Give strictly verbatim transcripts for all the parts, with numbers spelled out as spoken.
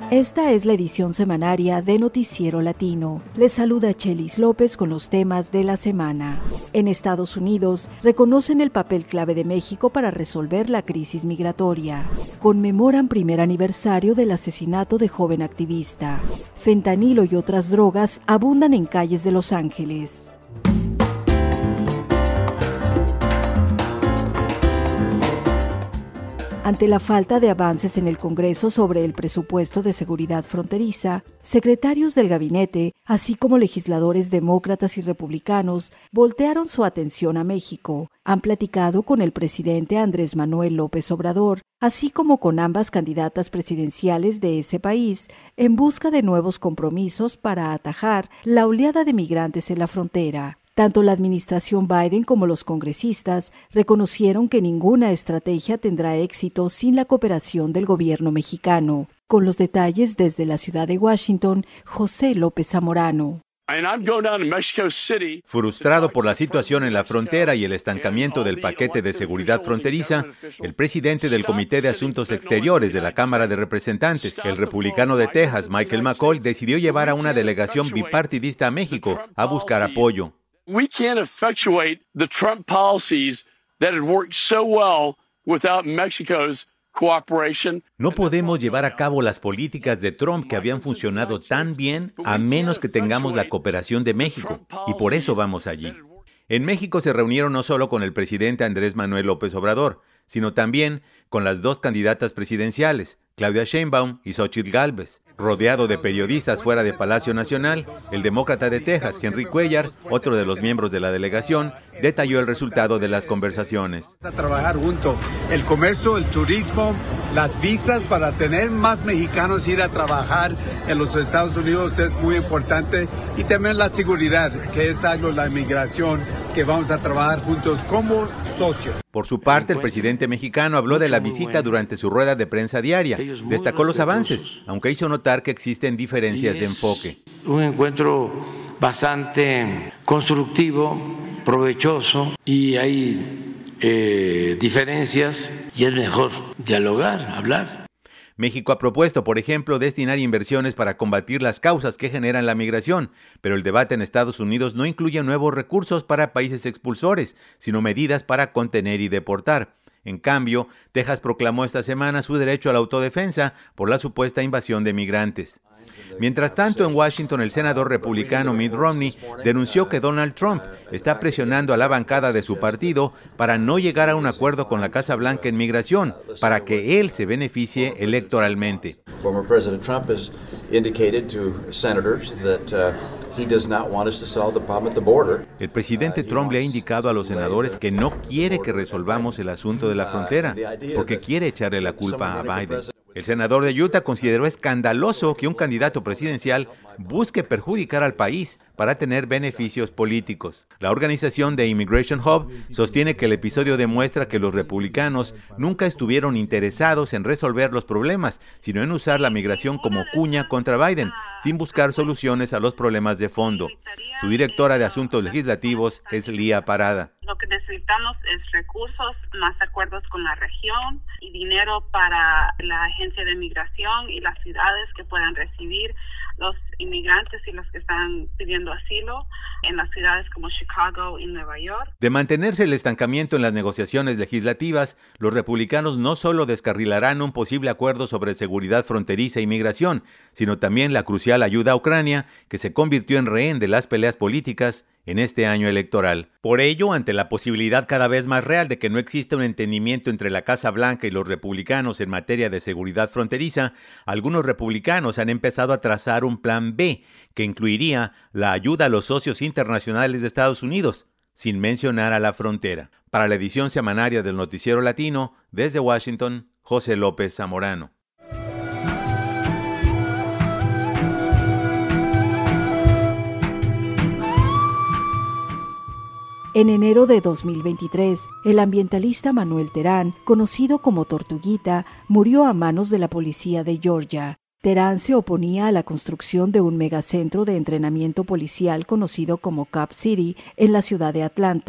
Esta es la edición semanaria de Noticiero Latino. Les saluda Chelis López con los temas de la semana. En Estados Unidos, reconocen el papel clave de México para resolver la crisis migratoria. Conmemoran primer aniversario del asesinato de joven activista. Fentanilo y otras drogas abundan en calles de Los Ángeles. Ante la falta de avances en el Congreso sobre el presupuesto de seguridad fronteriza, secretarios del gabinete, así como legisladores demócratas y republicanos, voltearon su atención a México. Han platicado con el presidente Andrés Manuel López Obrador, así como con ambas candidatas presidenciales de ese país, en busca de nuevos compromisos para atajar la oleada de migrantes en la frontera. Tanto la administración Biden como los congresistas reconocieron que ninguna estrategia tendrá éxito sin la cooperación del gobierno mexicano. Con los detalles desde la ciudad de Washington, José López Zamorano. Frustrado por la situación en la frontera y el estancamiento del paquete de seguridad fronteriza, el presidente del Comité de Asuntos Exteriores de la Cámara de Representantes, el republicano de Texas, Michael McCaul, decidió llevar a una delegación bipartidista a México a buscar apoyo. We can't effectuate the Trump policies that had worked so well without Mexico's cooperation. No podemos llevar a cabo las políticas de Trump que habían funcionado tan bien a menos que tengamos la cooperación de México, y por eso vamos allí. En México se reunieron no solo con el presidente Andrés Manuel López Obrador, sino también con las dos candidatas presidenciales, Claudia Sheinbaum y Xóchitl Gálvez. Rodeado de periodistas fuera de Palacio Nacional, el demócrata de Texas, Henry Cuellar, otro de los miembros de la delegación, detalló el resultado de las conversaciones. Vamos a trabajar juntos el comercio, el turismo, las visas para tener más mexicanos ir a trabajar en los Estados Unidos es muy importante, y también la seguridad, que es algo, la inmigración, que vamos a trabajar juntos como socios. Por su parte, el presidente mexicano habló de la visita durante su rueda de prensa diaria. Destacó los avances, aunque hizo notar que existen diferencias de enfoque. Un encuentro bastante constructivo, provechoso, y hay eh, diferencias y es mejor dialogar, hablar. México ha propuesto, por ejemplo, destinar inversiones para combatir las causas que generan la migración, pero el debate en Estados Unidos no incluye nuevos recursos para países expulsores, sino medidas para contener y deportar. En cambio, Texas proclamó esta semana su derecho a la autodefensa por la supuesta invasión de migrantes. Mientras tanto, en Washington, el senador republicano Mitt Romney denunció que Donald Trump está presionando a la bancada de su partido para no llegar a un acuerdo con la Casa Blanca en migración, para que él se beneficie electoralmente. Former President Trump has indicated to senators that uh, he does not want us to solve the problem at the border. El presidente Trump le ha indicado a los senadores que no quiere que resolvamos el asunto de la frontera, porque quiere echarle la culpa a Biden. El senador de Utah consideró escandaloso que un candidato presidencial busque perjudicar al país para tener beneficios políticos. La organización de Immigration Hub sostiene que el episodio demuestra que los republicanos nunca estuvieron interesados en resolver los problemas, sino en usar la migración como cuña contra Biden, sin buscar soluciones a los problemas de fondo. Su directora de Asuntos Legislativos es Lía Parada. Lo que necesitamos es recursos, más acuerdos con la región y dinero para la agencia de migración y las ciudades que puedan recibir los inmigrantes y los que están pidiendo asilo en las ciudades como Chicago y Nueva York. De mantenerse el estancamiento en las negociaciones legislativas, los republicanos no solo descarrilarán un posible acuerdo sobre seguridad fronteriza e inmigración, sino también la crucial ayuda a Ucrania, que se convirtió en rehén de las peleas políticas en este año electoral. Por ello, ante la posibilidad cada vez más real de que no exista un entendimiento entre la Casa Blanca y los republicanos en materia de seguridad fronteriza, algunos republicanos han empezado a trazar un plan B, que incluiría la ayuda a los socios internacionales de Estados Unidos, sin mencionar a la frontera. Para la edición semanaria del Noticiero Latino, desde Washington, José López Zamorano. En enero de dos mil veintitrés, el ambientalista Manuel Terán, conocido como Tortuguita, murió a manos de la policía de Georgia. Terán se oponía a la construcción de un megacentro de entrenamiento policial conocido como Cap City en la ciudad de Atlanta.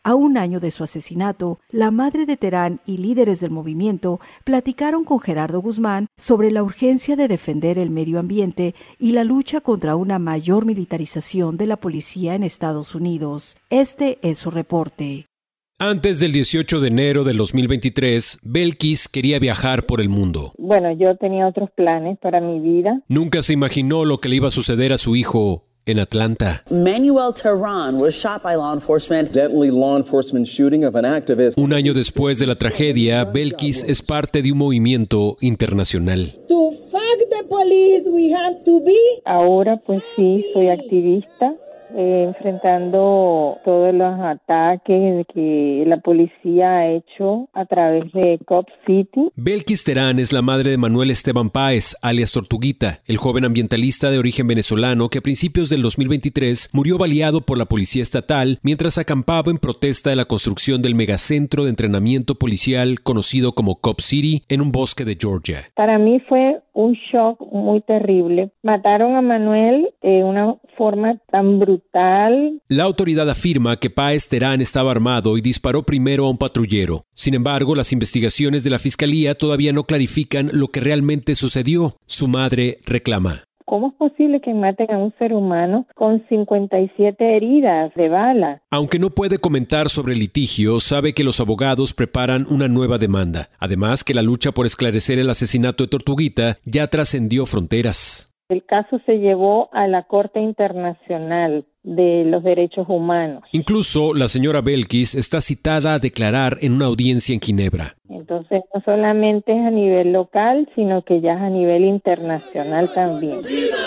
A un año de su asesinato, la madre de Terán y líderes del movimiento platicaron con Gerardo Guzmán sobre la urgencia de defender el medio ambiente y la lucha contra una mayor militarización de la policía en Estados Unidos. Este es su reporte. Antes del dieciocho de enero del dos mil veintitrés, Belkis quería viajar por el mundo. Bueno, yo tenía otros planes para mi vida. Nunca se imaginó lo que le iba a suceder a su hijo en Atlanta. Manuel Terán was shot by law enforcement. Deadly law enforcement shooting of an activist. Un año después de la tragedia, Belkis es parte de un movimiento internacional. To fight the police, we have to be. Ahora, pues sí, soy activista. Eh, enfrentando todos los ataques que la policía ha hecho a través de Cop City. Belkis Terán es la madre de Manuel Esteban Páez, alias Tortuguita, el joven ambientalista de origen venezolano que a principios del dos mil veintitrés murió baleado por la policía estatal mientras acampaba en protesta de la construcción del megacentro de entrenamiento policial conocido como Cop City en un bosque de Georgia. Para mí fue un shock muy terrible. Mataron a Manuel de una forma tan brutal. La autoridad afirma que Páez Terán estaba armado y disparó primero a un patrullero. Sin embargo, las investigaciones de la fiscalía todavía no clarifican lo que realmente sucedió. Su madre reclama. ¿Cómo es posible que maten a un ser humano con cincuenta y siete heridas de bala? Aunque no puede comentar sobre el litigio, sabe que los abogados preparan una nueva demanda. Además, que la lucha por esclarecer el asesinato de Tortuguita ya trascendió fronteras. El caso se llevó a la Corte Internacional de los Derechos Humanos. Incluso la señora Belkis está citada a declarar en una audiencia en Ginebra. Entonces, no solamente es a nivel local, sino que ya es a nivel internacional también.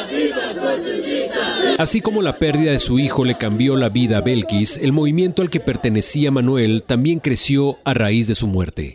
Así como la pérdida de su hijo le cambió la vida a Belkis, el movimiento al que pertenecía Manuel también creció a raíz de su muerte.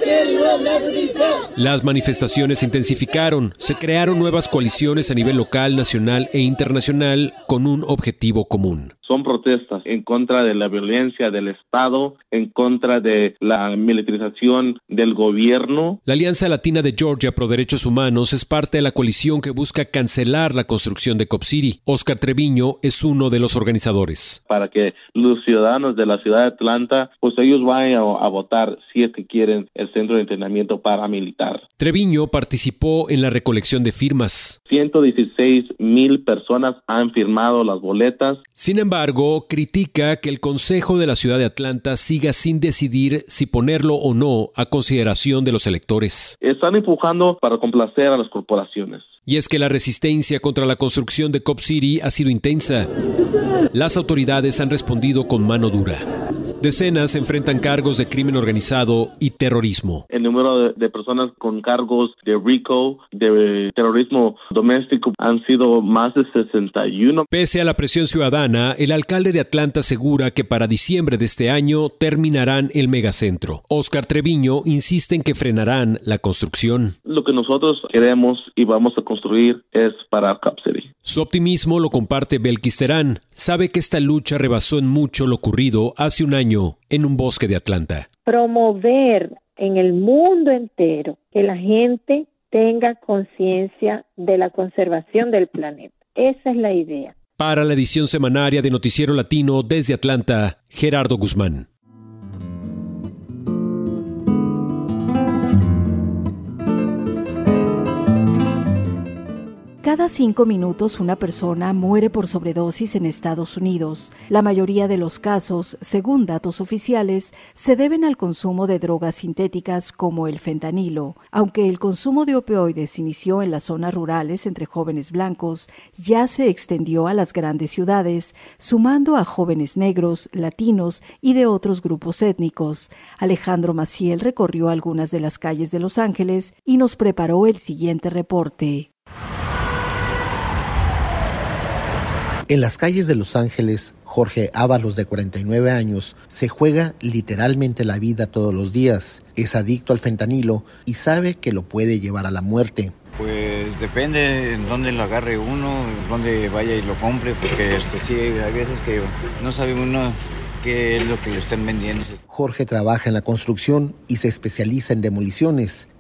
Las manifestaciones se intensificaron, se crearon nuevas coaliciones a nivel local, nacional e internacional con un objetivo común. Son protestas en contra de la violencia del Estado, en contra de la militarización del gobierno. La Alianza Latina de Georgia Pro Derechos Humanos es parte de la coalición que busca cancelar la construcción de Cop City. Oscar Treviño es uno de los organizadores. Para que los ciudadanos de la ciudad de Atlanta, pues ellos vayan a, a votar si es que quieren el centro de entrenamiento paramilitar. Treviño participó en la recolección de firmas. ciento dieciséis mil personas han firmado las boletas. Sin embargo, critica que el Consejo de la Ciudad de Atlanta siga sin decidir si ponerlo o no a consideración de los electores. Están empujando para complacer a las corporaciones. Y es que la resistencia contra la construcción de Cop City ha sido intensa. Las autoridades han respondido con mano dura. Decenas enfrentan cargos de crimen organizado y terrorismo. El número de, de personas con cargos de RICO, de terrorismo doméstico, han sido más de sesenta y uno. Pese a la presión ciudadana, el alcalde de Atlanta asegura que para diciembre de este año terminarán el megacentro. Oscar Treviño insiste en que frenarán la construcción. Lo que nosotros queremos y vamos a construir es para Cop City. Su optimismo lo comparte Belkis Terán. Sabe que esta lucha rebasó en mucho lo ocurrido hace un año en un bosque de Atlanta. Promover en el mundo entero que la gente tenga conciencia de la conservación del planeta. Esa es la idea. Para la edición semanaria de Noticiero Latino desde Atlanta, Gerardo Guzmán. Cada cinco minutos una persona muere por sobredosis en Estados Unidos. La mayoría de los casos, según datos oficiales, se deben al consumo de drogas sintéticas como el fentanilo. Aunque el consumo de opioides inició en las zonas rurales entre jóvenes blancos, ya se extendió a las grandes ciudades, sumando a jóvenes negros, latinos y de otros grupos étnicos. Alejandro Maciel recorrió algunas de las calles de Los Ángeles y nos preparó el siguiente reporte. En las calles de Los Ángeles, Jorge Ábalos, de cuarenta y nueve años, se juega literalmente la vida todos los días. Es adicto al fentanilo y sabe que lo puede llevar a la muerte. Pues depende en dónde lo agarre uno, en dónde vaya y lo compre, porque este, sí, hay veces que no sabe uno qué es lo que le están vendiendo. Jorge trabaja en la construcción y se especializa en demoliciones.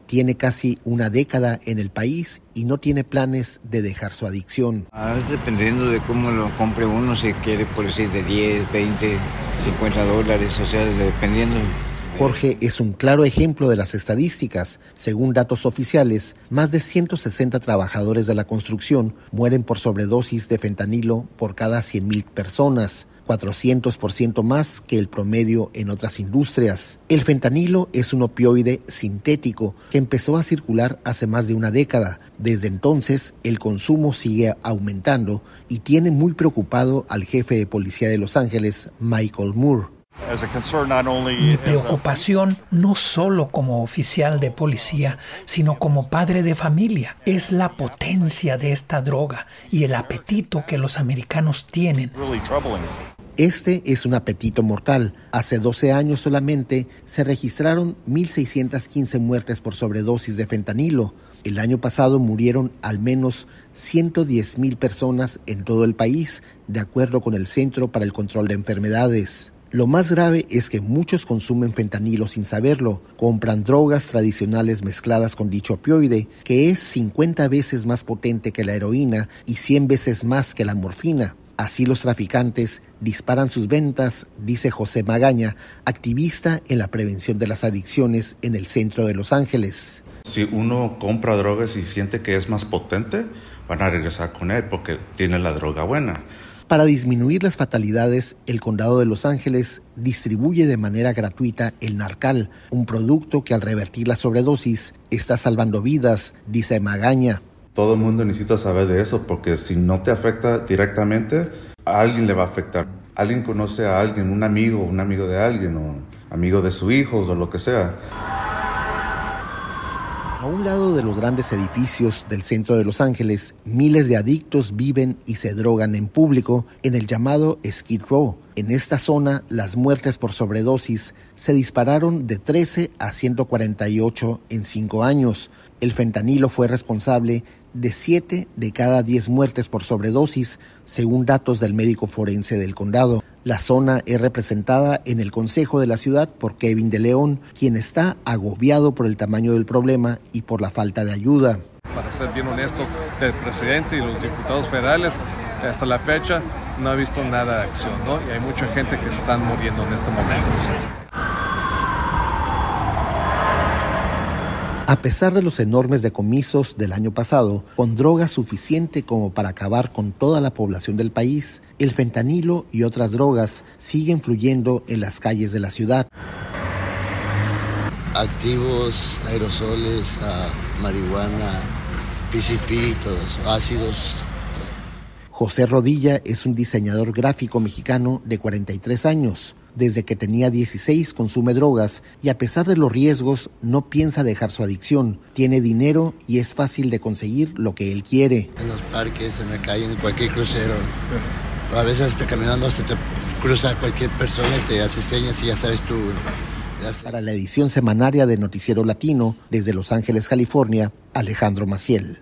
Tiene casi una década en el país y no tiene planes de dejar su adicción. Ah, dependiendo de cómo lo compre uno, si quiere por decir de diez, veinte, cincuenta dólares, o sea, dependiendo. Jorge es un claro ejemplo de las estadísticas. Según datos oficiales, más de ciento sesenta trabajadores de la construcción mueren por sobredosis de fentanilo por cada cien mil personas, cuatrocientos por ciento más que el promedio en otras industrias. El fentanilo es un opioide sintético que empezó a circular hace más de una década. Desde entonces, el consumo sigue aumentando y tiene muy preocupado al jefe de policía de Los Ángeles, Michael Moore. Mi preocupación, no solo como oficial de policía, sino como padre de familia, es la potencia de esta droga y el apetito que los americanos tienen. Este es un apetito mortal. Hace doce años solamente se registraron mil seiscientas quince muertes por sobredosis de fentanilo. El año pasado murieron al menos ciento diez mil personas en todo el país, de acuerdo con el Centro para el Control de Enfermedades. Lo más grave es que muchos consumen fentanilo sin saberlo, compran drogas tradicionales mezcladas con dicho opioide, que es cincuenta veces más potente que la heroína y cien veces más que la morfina. Así los traficantes disparan sus ventas, dice José Magaña, activista en la prevención de las adicciones en el centro de Los Ángeles. Si uno compra drogas y siente que es más potente, van a regresar con él porque tiene la droga buena. Para disminuir las fatalidades, el Condado de Los Ángeles distribuye de manera gratuita el Narcal, un producto que al revertir la sobredosis está salvando vidas, dice Magaña. Todo el mundo necesita saber de eso porque si no te afecta directamente, a alguien le va a afectar. Alguien conoce a alguien, un amigo, un amigo de alguien o amigo de sus hijos o lo que sea. A un lado de los grandes edificios del centro de Los Ángeles, miles de adictos viven y se drogan en público en el llamado Skid Row. En esta zona, las muertes por sobredosis se dispararon de trece a ciento cuarenta y ocho en cinco años. El fentanilo fue responsable de siete de cada diez muertes por sobredosis, según datos del médico forense del condado. La zona es representada en el Consejo de la ciudad por Kevin de León, quien está agobiado por el tamaño del problema y por la falta de ayuda. Para ser bien honesto, el presidente y los diputados federales hasta la fecha no ha visto nada de acción, ¿no? Y hay mucha gente que se están muriendo en este momento. A pesar de los enormes decomisos del año pasado, con droga suficiente como para acabar con toda la población del país, el fentanilo y otras drogas siguen fluyendo en las calles de la ciudad. Activos, aerosoles, uh, marihuana, P C P, todos, ácidos. José Rodilla es un diseñador gráfico mexicano de cuarenta y tres años. Desde que tenía dieciséis consume drogas y a pesar de los riesgos no piensa dejar su adicción. Tiene dinero y es fácil de conseguir lo que él quiere. En los parques, en la calle, en cualquier crucero. A veces hasta caminando se te cruza cualquier persona y te hace señas y ya sabes tú. Ya sabes. Para la edición semanaria de Noticiero Latino, desde Los Ángeles, California, Alejandro Maciel.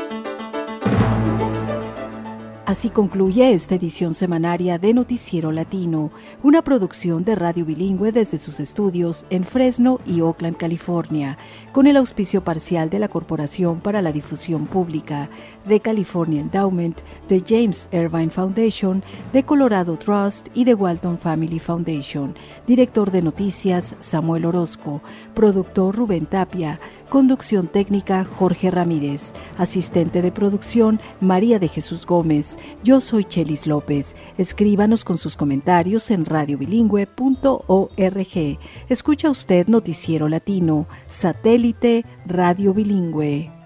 Así concluye esta edición semanaria de Noticiero Latino, una producción de Radio Bilingüe desde sus estudios en Fresno y Oakland, California, con el auspicio parcial de la Corporación para la Difusión Pública, de California Endowment, de James Irvine Foundation, de Colorado Trust y de Walton Family Foundation. Director de noticias, Samuel Orozco. Productor, Rubén Tapia. Conducción técnica, Jorge Ramírez. Asistente de producción, María de Jesús Gómez. Yo soy Chelis López. Escríbanos con sus comentarios en radio bilingüe punto org. Escucha usted Noticiero Latino, satélite Radio Bilingüe.